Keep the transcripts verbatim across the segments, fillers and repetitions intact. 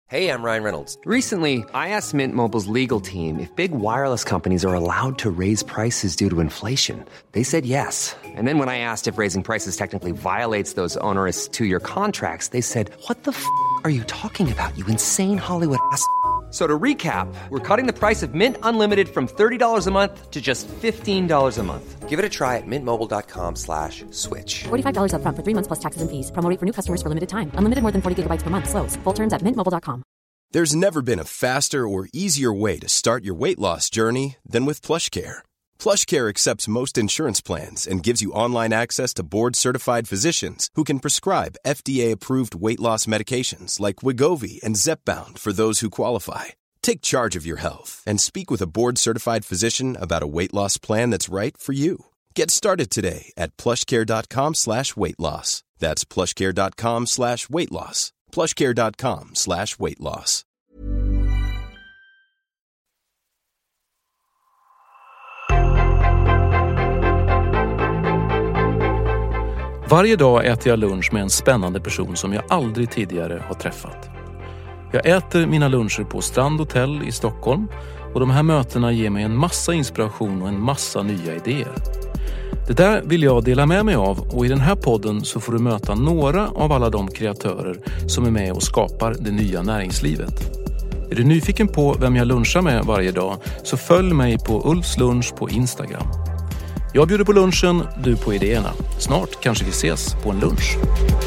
Hey, I'm Ryan Reynolds. Recently, I asked Mint Mobile's legal team if big wireless companies are allowed to raise prices due to inflation. They said yes. And then when I asked if raising prices technically violates those onerous two-year contracts, they said, "What the f*** are you talking about, you insane Hollywood ass?" So to recap, we're cutting the price of Mint Unlimited from thirty dollars a month to just fifteen dollars a month. Give it a try at mintmobile.com slash switch. forty-five dollars up front for three months plus taxes and fees. Promo rate for new customers for limited time. Unlimited more than forty gigabytes per month. Slows full terms at mint mobile dot com. There's never been a faster or easier way to start your weight loss journey than with PlushCare. PlushCare accepts most insurance plans and gives you online access to board-certified physicians who can prescribe F D A-approved weight loss medications like Wegovy and Zepbound for those who qualify. Take charge of your health and speak with a board-certified physician about a weight loss plan that's right for you. Get started today at plushcare.com slash weight loss. That's plushcare.com slash weight loss. plushcare.com slash weight loss. Varje dag äter jag lunch med en spännande person som jag aldrig tidigare har träffat. Jag äter mina luncher på Strand Hotel i Stockholm och de här mötena ger mig en massa inspiration och en massa nya idéer. Det där vill jag dela med mig av, och i den här podden så får du möta några av alla de kreatörer som är med och skapar det nya näringslivet. Är du nyfiken på vem jag lunchar med varje dag, så följ mig på Ulfs lunch på Instagram. Jag bjuder på lunchen, du på idéerna. Snart kanske vi ses på en lunch.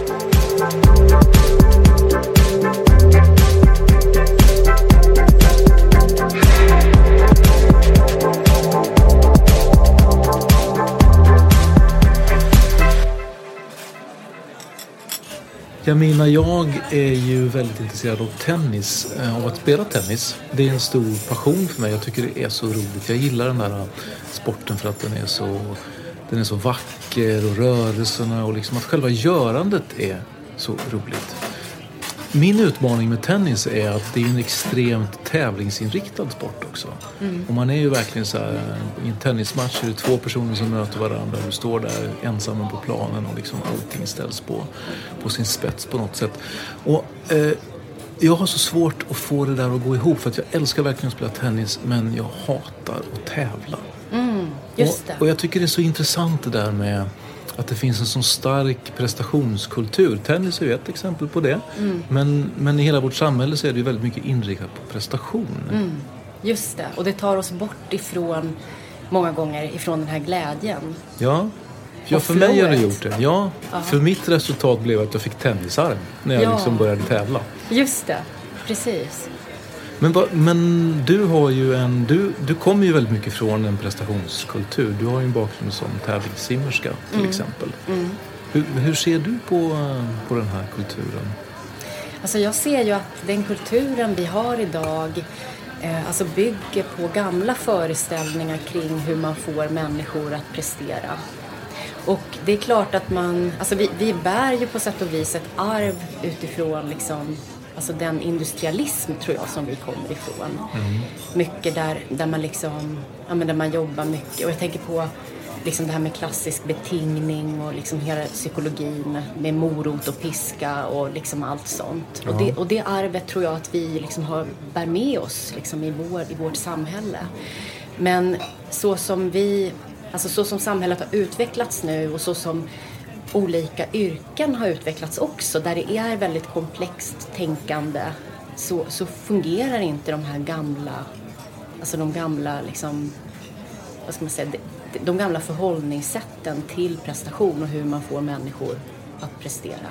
Jamina, jag är ju väldigt intresserad av tennis, av att spela tennis. Det är en stor passion för mig. Jag tycker det är så roligt. Jag gillar den där sporten för att den är så, den är så vacker, och rörelserna och liksom att själva görandet är så roligt. Min utmaning med tennis är att det är en extremt tävlingsinriktad sport också. Mm. Och man är ju verkligen så här, i en tennismatch är det två personer som möter varandra. Du står där ensam på planen och liksom allting ställs på, på sin spets på något sätt. Och eh, jag har så svårt att få det där att gå ihop, för att jag älskar verkligen att spela tennis, men jag hatar att tävla. Mm, just det. Och, och jag tycker det är så intressant det där med att det finns en sån stark prestationskultur. Tennis är ju ett exempel på det. Mm. Men, men i hela vårt samhälle så är det ju väldigt mycket inriktat på prestation. Mm. Just det. Och det tar oss bort ifrån, många gånger, ifrån den här glädjen. Ja, ja för mig har det gjort det. Ja, aha. För mitt resultat blev att jag fick tennisarm när jag ja. liksom började tävla. Just det, precis. Men, va, men du har ju en du, du kommer ju väldigt mycket från en prestationskultur. Du har ju en bakgrund som tävlingssimmerska till mm. exempel. Mm. Hur, hur ser du på, på den här kulturen? Alltså jag ser ju att den kulturen vi har idag eh, alltså bygger på gamla föreställningar kring hur man får människor att prestera. Och det är klart att man, alltså vi, vi bär ju på sätt och vis ett arv utifrån liksom, alltså den industrialism, tror jag, som vi kommer ifrån. Mm. Mycket där, där man liksom, ja, men där man jobbar mycket. Och jag tänker på liksom det här med klassisk betingning och liksom hela psykologin med morot och piska och liksom allt sånt. Ja. Och, det, och det arvet tror jag att vi liksom har, bär med oss liksom i, vår, i vårt samhälle. Men så som vi, alltså så som samhället har utvecklats nu och så som olika yrken har utvecklats också, där det är väldigt komplext tänkande, så, så fungerar inte de här gamla, alltså de gamla liksom, vad ska man säga, de, de gamla förhållningssätten till prestation och hur man får människor att prestera.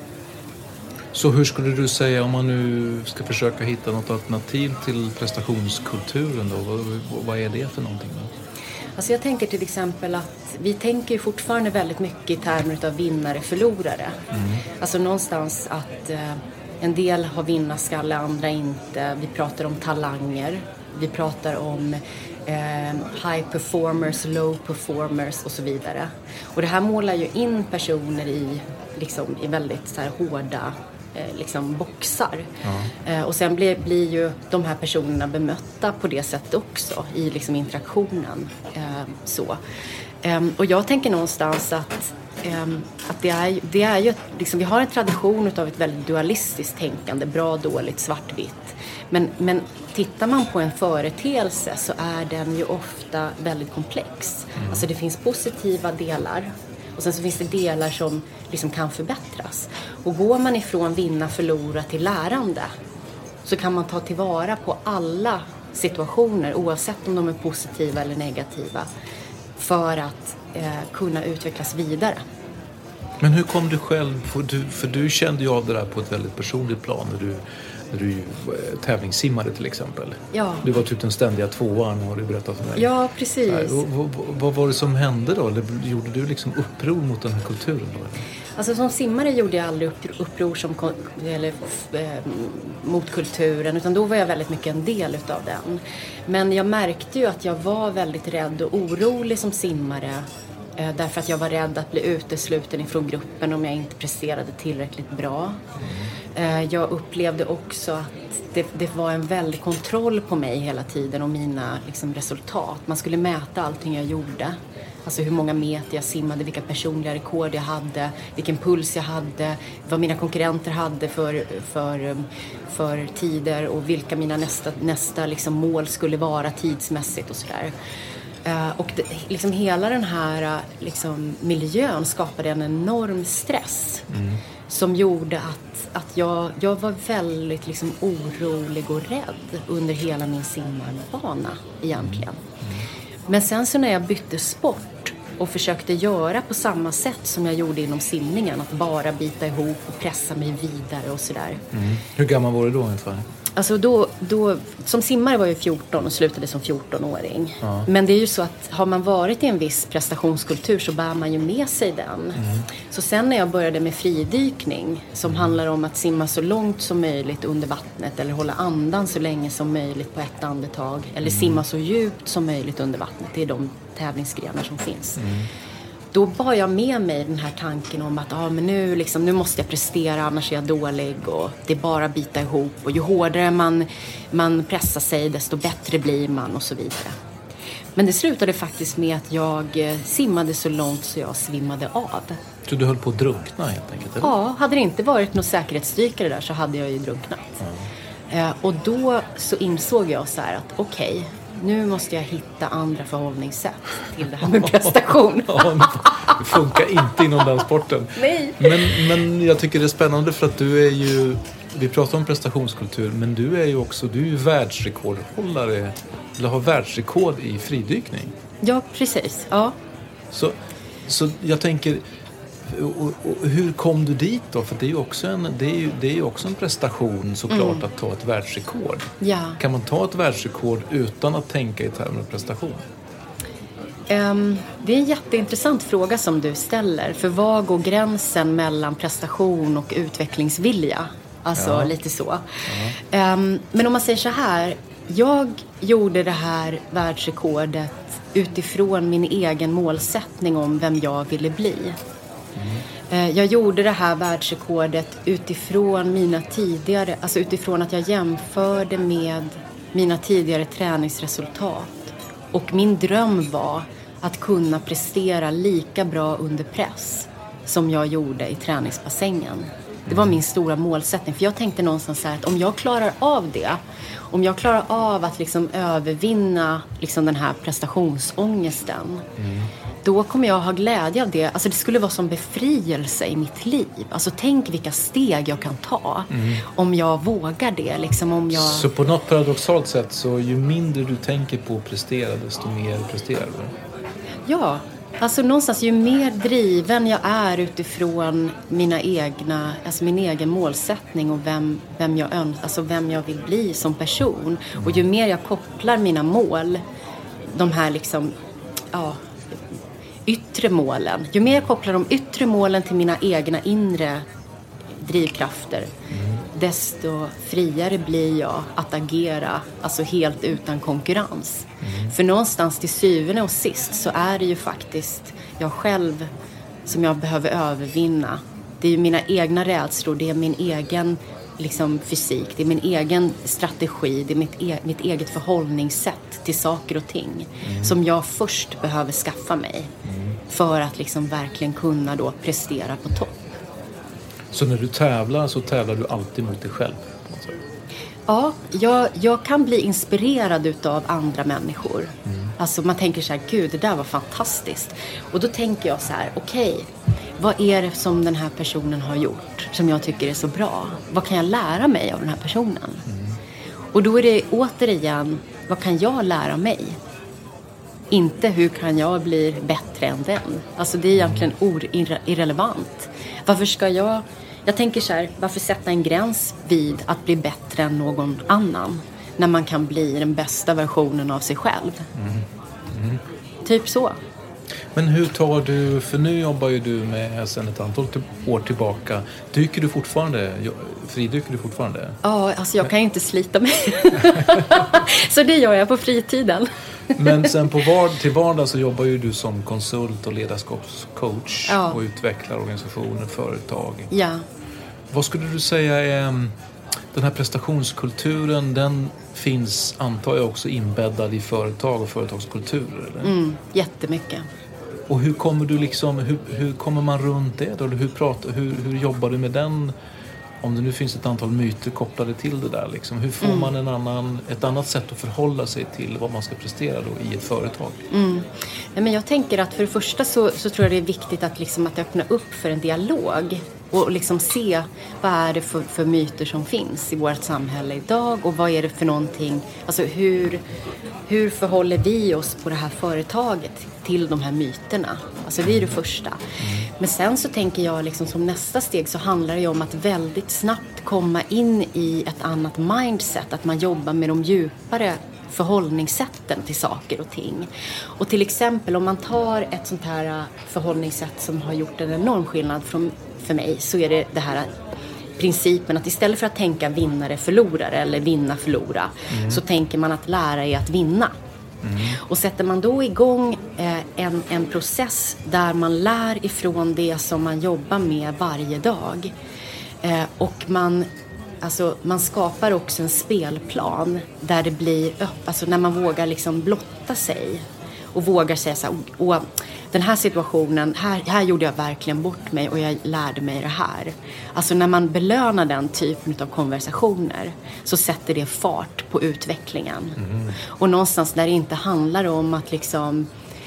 Så hur skulle du säga, om man nu ska försöka hitta något alternativ till prestationskulturen då, vad, vad är det för någonting då? Alltså jag tänker till exempel att vi tänker ju fortfarande väldigt mycket i termer av vinnare-förlorare. Mm. Alltså någonstans att eh, en del har vinnarskalle, andra inte. Vi pratar om talanger, vi pratar om eh, high performers, low performers och så vidare. Och det här målar ju in personer i, liksom, i väldigt så här hårda eh, liksom boxar. Ja. Eh, och sen blir, blir ju de här personerna bemötta på det sättet också i liksom interaktionen. Eh, så. Eh, och jag tänker någonstans att um, att det är, det är ju, liksom, vi har en tradition av ett väldigt dualistiskt tänkande, bra, dåligt, svartvitt. Men, men tittar man på en företeelse så är den ju ofta väldigt komplex. Mm. Alltså det finns positiva delar och sen så finns det delar som liksom kan förbättras. Och går man ifrån vinna, förlora till lärande så kan man ta tillvara på alla situationer oavsett om de är positiva eller negativa för att eh, kunna utvecklas vidare. Men hur kom du själv, för du, för du kände ju av det där på ett väldigt personligt plan när du, när du tävlingssimmade till exempel. Ja. Du var typ den ständiga tvåan har du berättat för mig. Ja, precis. Här, vad, vad, vad var det som hände då? Eller gjorde du liksom uppror mot den här kulturen då? Alltså som simmare gjorde jag aldrig uppror som, eller, eh, mot kulturen, utan då var jag väldigt mycket en del utav den. Men jag märkte ju att jag var väldigt rädd och orolig som simmare. Därför att jag var rädd att bli utesluten ifrån gruppen om jag inte presterade tillräckligt bra. Mm. Jag upplevde också att det, det var en väldig kontroll på mig hela tiden och mina liksom, resultat. Man skulle mäta allting jag gjorde. Alltså hur många meter jag simmade, vilka personliga rekord jag hade, vilken puls jag hade, vad mina konkurrenter hade för, för, för tider och vilka mina nästa, nästa liksom, mål skulle vara tidsmässigt och sådär. Uh, och det, liksom hela den här uh, liksom, miljön skapade en enorm stress mm. som gjorde att, att jag, jag var väldigt liksom, orolig och rädd under hela min simmarbana egentligen. Mm. Mm. Men sen så när jag bytte sport och försökte göra på samma sätt som jag gjorde inom simningen, att bara bita ihop och pressa mig vidare och sådär. Mm. Hur gammal var du då ungefär? Alltså då, då, som simmare var jag fjorton och slutade som fjorton-åring. Ja. Men det är ju så att har man varit i en viss prestationskultur så bär man ju med sig den. Mm. Så sen när jag började med fridykning som mm. handlar om att simma så långt som möjligt under vattnet eller hålla andan så länge som möjligt på ett andetag eller mm. simma så djupt som möjligt under vattnet, det är de tävlingsgrenar som finns. Mm. Då bar jag med mig den här tanken om att ah, men nu, liksom, nu måste jag prestera, annars är jag dålig och det är bara att bita ihop. Och ju hårdare man, man pressar sig, desto bättre blir man och så vidare. Men det slutade faktiskt med att jag simmade så långt så jag svimmade av. Så du höll på att drunkna helt enkelt? Eller? Ja, hade det inte varit någon säkerhetsdykare där så hade jag ju drunknat. Mm. Eh, och då så insåg jag så här att okej, okay, nu måste jag hitta andra förhållningssätt till det här med prestation. Ja, det funkar inte inom den sporten. Nej. Men, men jag tycker det är spännande för att du är ju, vi pratar om prestationskultur, men du är ju också, du är ju världsrekordhållare, eller har världsrekord i fridykning. Ja, precis. Ja. Så, så jag tänker, och, och, hur kom du dit då? För det är ju också en, det är ju, det är ju också en prestation såklart mm. att ta ett världsrekord. Ja. Kan man ta ett världsrekord utan att tänka i termer av prestation? Um, det är en jätteintressant fråga som du ställer. För vad går gränsen mellan prestation och utvecklingsvilja? Alltså ja. lite så. Ja. Um, men om man säger så här. Jag gjorde det här världsrekordet utifrån min egen målsättning om vem jag ville bli. Mm. Jag gjorde det här världsrekordet utifrån mina tidigare, alltså utifrån att jag jämförde med mina tidigare träningsresultat. Och min dröm var att kunna prestera lika bra under press som jag gjorde i träningsbassängen. Det var min stora målsättning. För jag tänkte någonstans så här att om jag klarar av det, om jag klarar av att liksom övervinna liksom den här prestationsångesten, mm. då kommer jag ha glädje av det. Alltså det skulle vara som befrielse i mitt liv. Alltså tänk vilka steg jag kan ta mm. om jag vågar det. Liksom om jag... Så på något paradoxalt sätt så ju mindre du tänker på att prestera, desto mer presterar du? Ja, alltså någonstans ju mer driven jag är utifrån mina egna, alltså min egen målsättning och vem, vem, jag, ön, alltså vem jag vill bli som person. Mm. Och ju mer jag kopplar mina mål, de här liksom, ja... yttre målen. Ju mer jag kopplar de yttre målen till mina egna inre drivkrafter, mm. desto friare blir jag att agera, alltså helt utan konkurrens. Mm. För någonstans till syvende och sist så är det ju faktiskt jag själv som jag behöver övervinna. Det är ju mina egna rädslor, det är min egen liksom, fysik, det är min egen strategi, det är mitt, e- mitt eget förhållningssätt till saker och ting mm. som jag först behöver skaffa mig. Mm. för att liksom verkligen kunna då prestera på topp. Så när du tävlar så tävlar du alltid mot dig själv? Ja, jag, jag kan bli inspirerad utav andra människor. Mm. Alltså man tänker så här, gud det där var fantastiskt. Och då tänker jag så här, okej, okay, vad är det som den här personen har gjort som jag tycker är så bra? Vad kan jag lära mig av den här personen? Mm. Och då är det återigen, vad kan jag lära mig? Inte hur kan jag bli bättre än den? Alltså det är egentligen or- irrelevant. Varför ska jag... Jag tänker så här, varför sätta en gräns vid att bli bättre än någon annan? När man kan bli den bästa versionen av sig själv. Mm. Mm. Typ så. Men hur tar du, för nu jobbar ju du med sedan ett antal år tillbaka. Dyker du fortfarande, fridyker du fortfarande? Ja, alltså jag kan inte slita mig. Så det gör jag på fritiden. Men sen på vard, till vardag så jobbar ju du som konsult och ledarskapscoach, ja, och utvecklar organisationer, företag. Ja. Vad skulle du säga är den här prestationskulturen, den finns antar jag också inbäddad i företag och företagskulturer, eller? Mm, jättemycket. Och hur kommer du liksom, hur, hur kommer man runt det då? Eller hur, pratar, hur, hur jobbar du med den? Om det nu finns ett antal myter kopplade till det där liksom, hur får mm. man en annan, ett annat sätt att förhålla sig till vad man ska prestera då i ett företag? Mm. Ja, men jag tänker att för det första så, så tror jag det är viktigt att, liksom, att öppna upp för en dialog och liksom se vad är det för, för myter som finns i vårt samhälle idag och vad är det för någonting, alltså hur, hur förhåller vi oss på det här företaget till de här myterna? Alltså det är det första. Mm. Men sen så tänker jag liksom som nästa steg så handlar det ju om att väldigt snabbt komma in i ett annat mindset. Att man jobbar med de djupare förhållningssätten till saker och ting. Och till exempel om man tar ett sånt här förhållningssätt som har gjort en enorm skillnad från, för mig, så är det det här principen att istället för att tänka vinnare förlorare eller vinna förlora, mm. så tänker man att lära är att vinna. Mm. Och sätter man då igång eh, en, en process där man lär ifrån det som man jobbar med varje dag eh, och man, alltså, man skapar också en spelplan där det blir öppet, alltså när man vågar liksom blotta sig och vågar säga så här, och, och den här situationen, här, här gjorde jag verkligen bort mig och jag lärde mig det här. Alltså när man belönar den typen av konversationer så sätter det fart på utvecklingen. Mm. Och någonstans där det inte handlar om att liksom,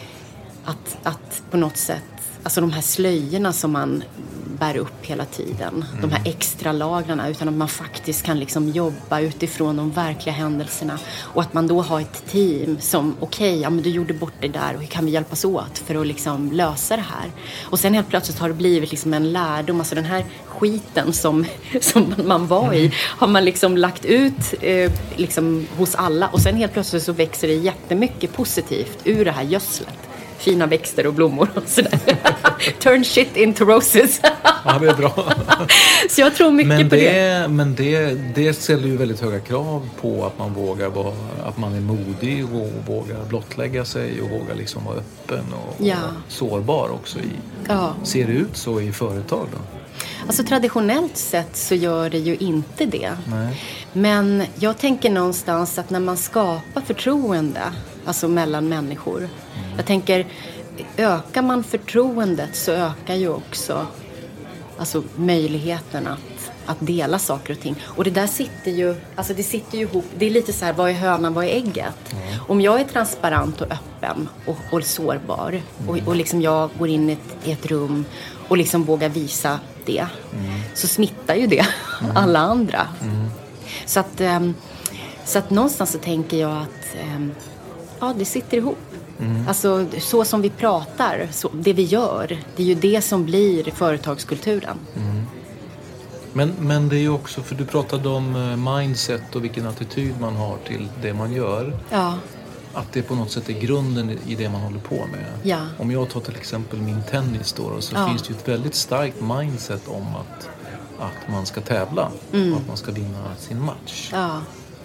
att, att på något sätt, alltså de här slöjorna som man bär upp hela tiden, mm. de här extra lagrarna, utan att man faktiskt kan liksom jobba utifrån de verkliga händelserna och att man då har ett team som, okej, okay, ja men du gjorde bort det där och hur kan vi hjälpas åt för att liksom lösa det här? Och sen helt plötsligt har det blivit liksom en lärdom, alltså den här skiten som, som man var i har man liksom lagt ut eh, liksom hos alla och sen helt plötsligt så växer det jättemycket positivt ur det här gödslet. Fina växter och blommor och sådär. Turn shit into roses. Ja, det är bra. Så jag tror mycket men på det. det. Men det, det ställer ju väldigt höga krav på att man vågar vara, att man är modig och vågar blottlägga sig och vågar liksom vara öppen och, ja. och sårbar också. I, ja. Ser det ut så i företag då? Alltså traditionellt sett så gör det ju inte det. Nej. Men jag tänker någonstans att när man skapar förtroende, alltså mellan människor. Mm. Jag tänker, ökar man förtroendet så ökar ju också alltså, möjligheten att, att dela saker och ting. Och det där sitter ju, alltså det sitter ju ihop, det är lite så här, vad är hönan, vad är ägget? Mm. Om jag är transparent och öppen och, och sårbar mm. och, och liksom jag går in i ett, i ett rum och liksom vågar visa det, mm. så smittar ju det mm. alla andra. Mm. Så att, um, så att någonstans så tänker jag att um, ja, det sitter ihop. Mm. Alltså så som vi pratar, så, det vi gör, det är ju det som blir företagskulturen. Mm. Men, men det är ju också, för du pratade om mindset och vilken attityd man har till det man gör. Ja. Att det på något sätt är grunden i det man håller på med. Ja. Om jag tar till exempel min tennis då, så ja. finns det ju ett väldigt starkt mindset om att, att man ska tävla mm. och att man ska vinna sin match. Ja.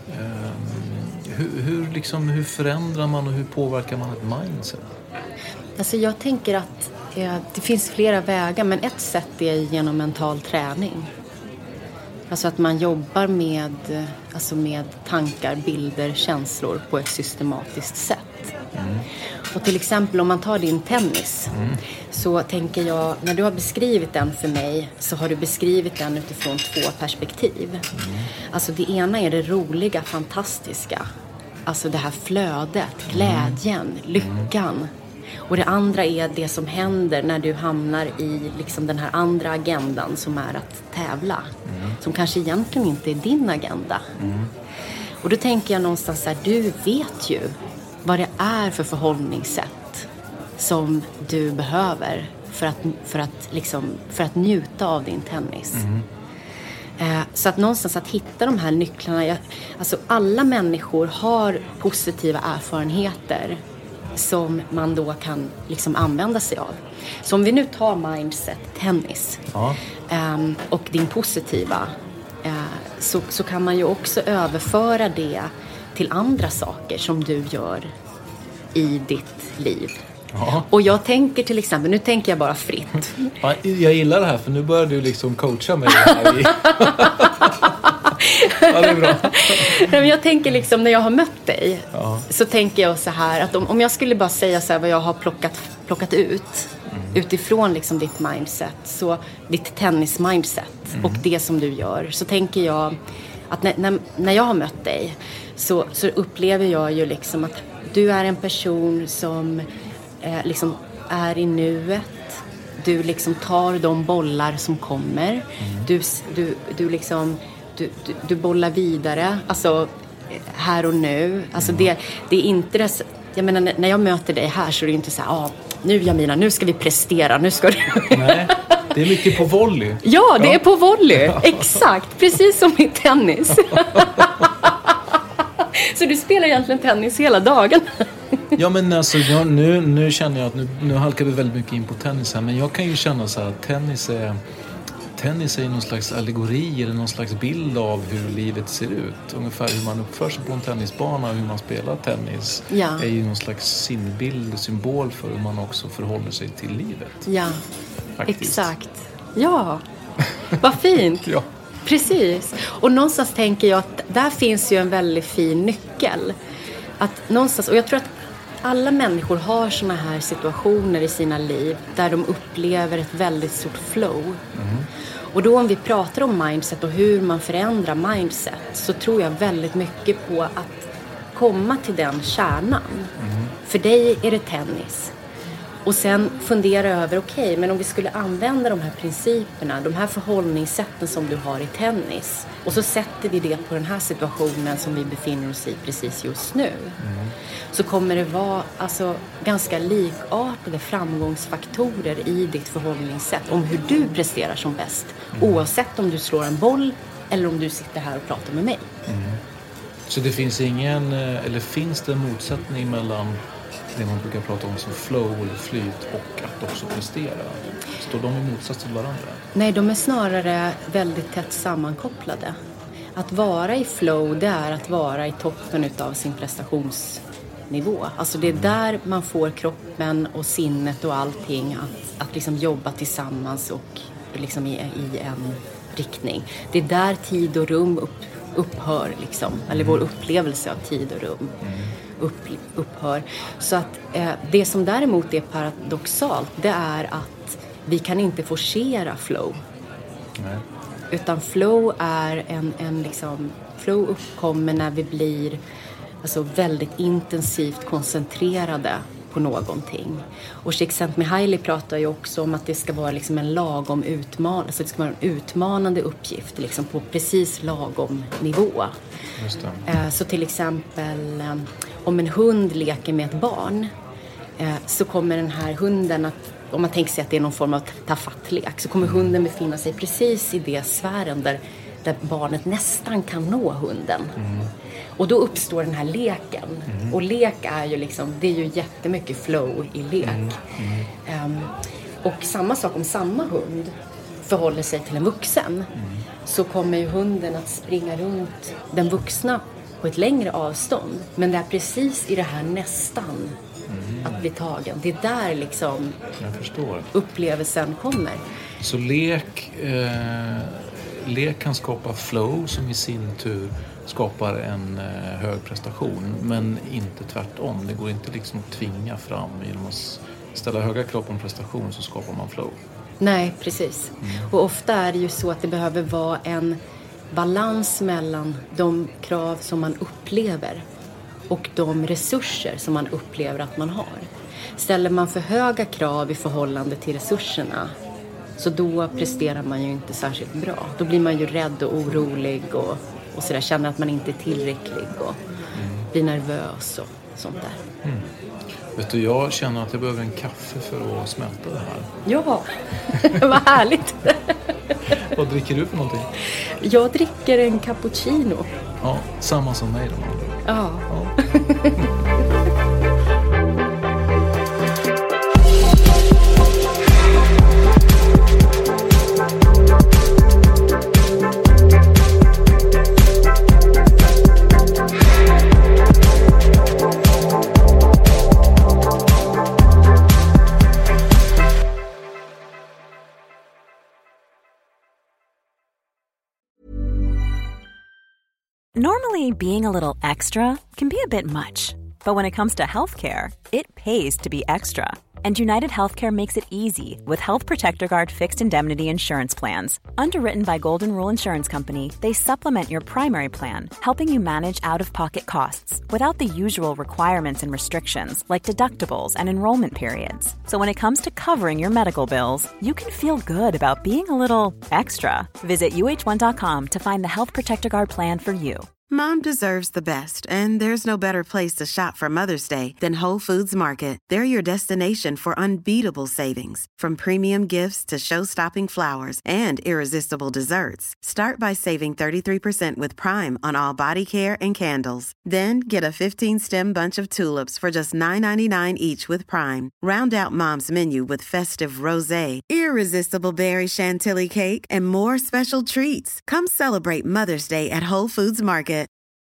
Um, hur, hur, liksom, hur förändrar man och hur påverkar man ett mindset? Alltså jag tänker att eh, det finns flera vägar, men ett sätt är genom mental träning. Alltså att man jobbar med, alltså med tankar, bilder, känslor på ett systematiskt sätt. Mm. och till exempel om man tar din tennis mm. så tänker jag, när du har beskrivit den för mig så har du beskrivit den utifrån två perspektiv. Mm. Alltså det ena är det roliga, fantastiska. Alltså det här flödet, glädjen, mm. lyckan. Och det andra är det som händer när du hamnar i liksom den här andra agendan som är att tävla. Mm. Som kanske egentligen inte är din agenda. Mm. Och då tänker jag någonstans så här, du vet ju vad det är för förhållningssätt som du behöver för att, för att, liksom, för att njuta av din tennis. Mm. Eh, så att någonstans att hitta de här nycklarna. Jag, alltså alla människor har positiva erfarenheter som man då kan liksom använda sig av. Så om vi nu tar mindset, tennis ja. um, och din positiva uh, så, så kan man ju också överföra det till andra saker som du gör i ditt liv. Ja. Och jag tänker till exempel, nu tänker jag bara fritt. Ja, jag gillar det här för nu börjar du liksom coacha mig här. Ja, det är bra. Men jag tänker liksom när jag har mött dig ja. så tänker jag så här att om, om jag skulle bara säga så här vad jag har plockat, plockat ut mm. utifrån liksom ditt mindset, så ditt tennis-mindset mm. och det som du gör, så tänker jag att när, när, när jag har mött dig så, så upplever jag ju liksom att du är en person som eh, liksom är i nuet. Du liksom tar de bollar som kommer. Mm. Du, du, du liksom Du, du, du bollar vidare, alltså här och nu. Alltså det, det är inte det, jag menar när jag möter dig här så är det inte så här, ah, nu Jamina, nu ska vi prestera, nu ska du... Nej, det är mycket på volley. Ja, det ja. är på volley, exakt, precis som i tennis. Så du spelar egentligen tennis hela dagen. Ja, men alltså jag, nu, nu känner jag att nu, nu halkar vi väldigt mycket in på tennis här, men jag kan ju känna så här att tennis är... Tennis är någon slags allegori eller någon slags bild av hur livet ser ut. Ungefär hur man uppför sig på en tennisbana och hur man spelar tennis ja. är ju någon slags sinnbild, symbol för hur man också förhåller sig till livet. Ja, faktiskt. Exakt. Ja, vad fint. Ja. Precis. Och någonstans tänker jag att där finns ju en väldigt fin nyckel. Att någonstans, och jag tror att alla människor har såna här situationer i sina liv där de upplever ett väldigt stort flow. Mm. Och då om vi pratar om mindset och hur man förändrar mindset, så tror jag väldigt mycket på att komma till den kärnan. Mm. För dig är det tennis. Och sen fundera över, okej, okay, men om vi skulle använda de här principerna, de här förhållningssätten som du har i tennis, och så sätter vi det på den här situationen som vi befinner oss i precis just nu. Mm. Så kommer det vara alltså, ganska likartade framgångsfaktorer i ditt förhållningssätt om hur du presterar som bäst. Mm. Oavsett om du slår en boll eller om du sitter här och pratar med mig. Mm. Så det finns ingen, eller finns det en motsättning mellan det man brukar prata om som flow eller flyt och att också prestera? Står de i motsats till varandra? Nej, de är snarare väldigt tätt sammankopplade. Att vara i flow, det är att vara i toppen utav sin prestationsnivå. Alltså det är där man får kroppen och sinnet och allting att, att liksom jobba tillsammans och liksom i, i en riktning. Det är där tid och rum upp, upphör liksom, eller vår upplevelse av tid och rum. Mm. Upp, upphör. Så att eh, det som däremot är paradoxalt, det är att vi kan inte forcera flow. Nej. Utan flow är en, en liksom, flow uppkommer när vi blir alltså, väldigt intensivt koncentrerade på någonting. Och Csikszentmihalyi pratar ju också om att det ska vara liksom en lagom utman, alltså det ska vara en utmanande uppgift liksom på precis lagom nivå. Just det. Så till exempel om en hund leker med ett barn, så kommer den här hunden att, om man tänker sig att det är någon form av tafattlek, så kommer hunden befinna sig precis i det sfären där, där barnet nästan kan nå hunden. Mm. Och då uppstår den här leken. Mm. Och lek är ju liksom, det är ju jättemycket flow i lek. Mm. Mm. Um, och samma sak om samma hund förhåller sig till en vuxen. Mm. Så kommer ju hunden att springa runt den vuxna på ett längre avstånd. Men det är precis i det här nästan mm. att bli tagen. Det är där liksom Jag förstår. upplevelsen kommer. Så lek, eh, lek kan skapa flow som i sin tur skapar en eh, hög prestation, men inte tvärtom. Det går inte liksom att tvinga fram. Genom att ställa höga krav på en prestation så skapar man flow. Nej, precis. Mm. Och ofta är det ju så att det behöver vara en balans mellan de krav som man upplever och de resurser som man upplever att man har. Ställer man för höga krav i förhållande till resurserna, så då presterar man ju inte särskilt bra. Då blir man ju rädd och orolig och, och sådär, känner att man inte är tillräcklig och mm. blir nervös och sånt där. Mm. Vet du, jag känner att jag behöver en kaffe för att smälta det här. Ja, vad härligt. Vad dricker du för någonting? Jag dricker en cappuccino. Ja, samma som mig då. Ja. ja. Normally, being a little extra can be a bit much, but when it comes to healthcare, it pays to be extra. And United Healthcare makes it easy with Health Protector Guard fixed indemnity insurance plans. Underwritten by Golden Rule Insurance Company, they supplement your primary plan, helping you manage out-of-pocket costs without the usual requirements and restrictions like deductibles and enrollment periods. So when it comes to covering your medical bills, you can feel good about being a little extra. Visit U H one dot com to find the Health Protector Guard plan for you. Mom deserves the best, and there's no better place to shop for Mother's Day than Whole Foods Market. They're your destination for unbeatable savings, from premium gifts to show-stopping flowers and irresistible desserts. Start by saving thirty-three percent with Prime on all body care and candles. Then get a fifteen-stem bunch of tulips for just nine ninety-nine each with Prime. Round out Mom's menu with festive rosé, irresistible berry chantilly cake, and more special treats. Come celebrate Mother's Day at Whole Foods Market.